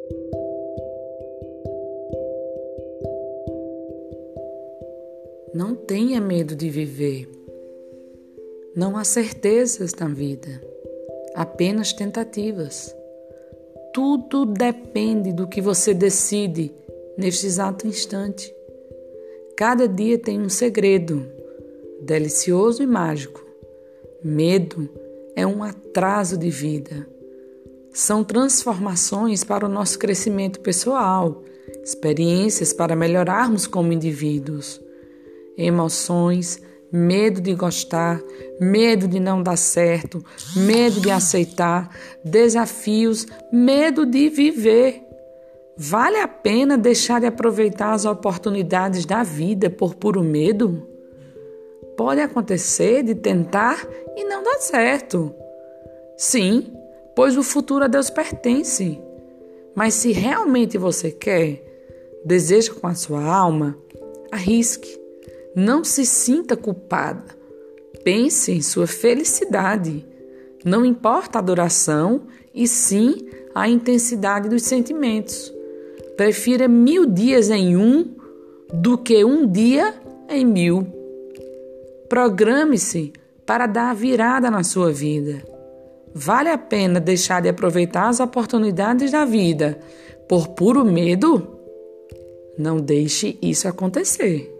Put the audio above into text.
Não tenha medo de viver. Não há certezas na vida, apenas tentativas. Tudo depende do que você decide neste exato instante. Cada dia tem um segredo, delicioso e mágico. Medo é um atraso de vida. São transformações para o nosso crescimento pessoal, experiências para melhorarmos como indivíduos. Emoções, medo de gostar, medo de não dar certo, medo de aceitar, desafios, medo de viver. Vale a pena deixar de aproveitar as oportunidades da vida por puro medo? Pode acontecer de tentar e não dar certo. Sim, pois o futuro a Deus pertence. Mas se realmente você quer, deseja com a sua alma, arrisque. Não se sinta culpada. Pense em sua felicidade. Não importa a duração, e sim a intensidade dos sentimentos. Prefira 1000 dias em um do que um dia em 1000. Programe-se para dar a virada na sua vida. Vale a pena deixar de aproveitar as oportunidades da vida por puro medo? Não deixe isso acontecer.